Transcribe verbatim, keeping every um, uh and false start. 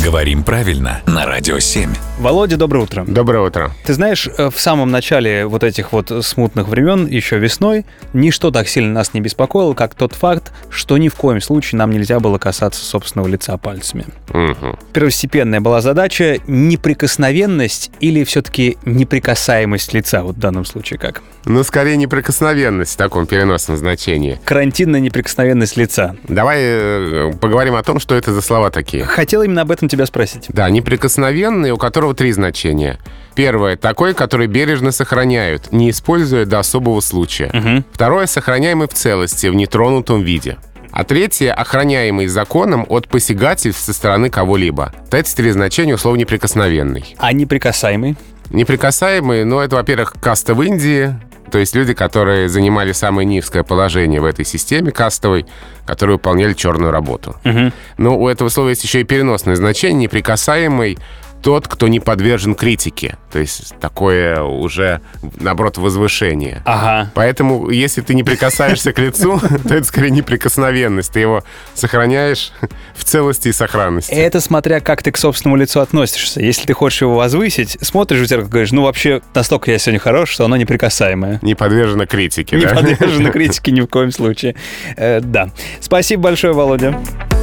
Говорим правильно на Радио семь. Володя, доброе утро. Доброе утро. Ты знаешь, в самом начале вот этих вот смутных времен, еще весной, ничто так сильно нас не беспокоило, как тот факт, что ни в коем случае нам нельзя было касаться собственного лица пальцами. Угу. Первостепенная была задача неприкосновенность или все-таки неприкасаемость лица, вот в данном случае как? Ну, скорее, неприкосновенность в таком переносном значении. Карантинная неприкосновенность лица. Давай э, поговорим о том, что это за слова такие. Хотел именно об этом тебя спросить. Да, неприкосновенный, у которого три значения. Первое — такой, который бережно сохраняют, не используя до особого случая. Угу. Второе — сохраняемый в целости, в нетронутом виде. А третье — охраняемый законом от посягательств со стороны кого-либо. Эти три значения у слова неприкосновенный. А неприкасаемый? Неприкасаемый, ну, это, во-первых, каста в Индии, то есть люди, которые занимали самое низкое положение в этой системе кастовой, которые выполняли черную работу. Угу. Но у этого слова есть еще и переносное значение. Неприкасаемый — тот, кто не подвержен критике. То есть такое уже, наоборот, возвышение. Ага. Поэтому, если ты не прикасаешься к лицу, то это скорее неприкосновенность. Ты его сохраняешь в целости и сохранности. Это смотря как ты к собственному лицу относишься. Если ты хочешь его возвысить, смотришь в зеркало и говоришь, ну вообще настолько я сегодня хорош, что оно неприкасаемое. Не подвержено критике, Не да? подвержено критике ни в коем случае. Э, да. Спасибо большое, Володя.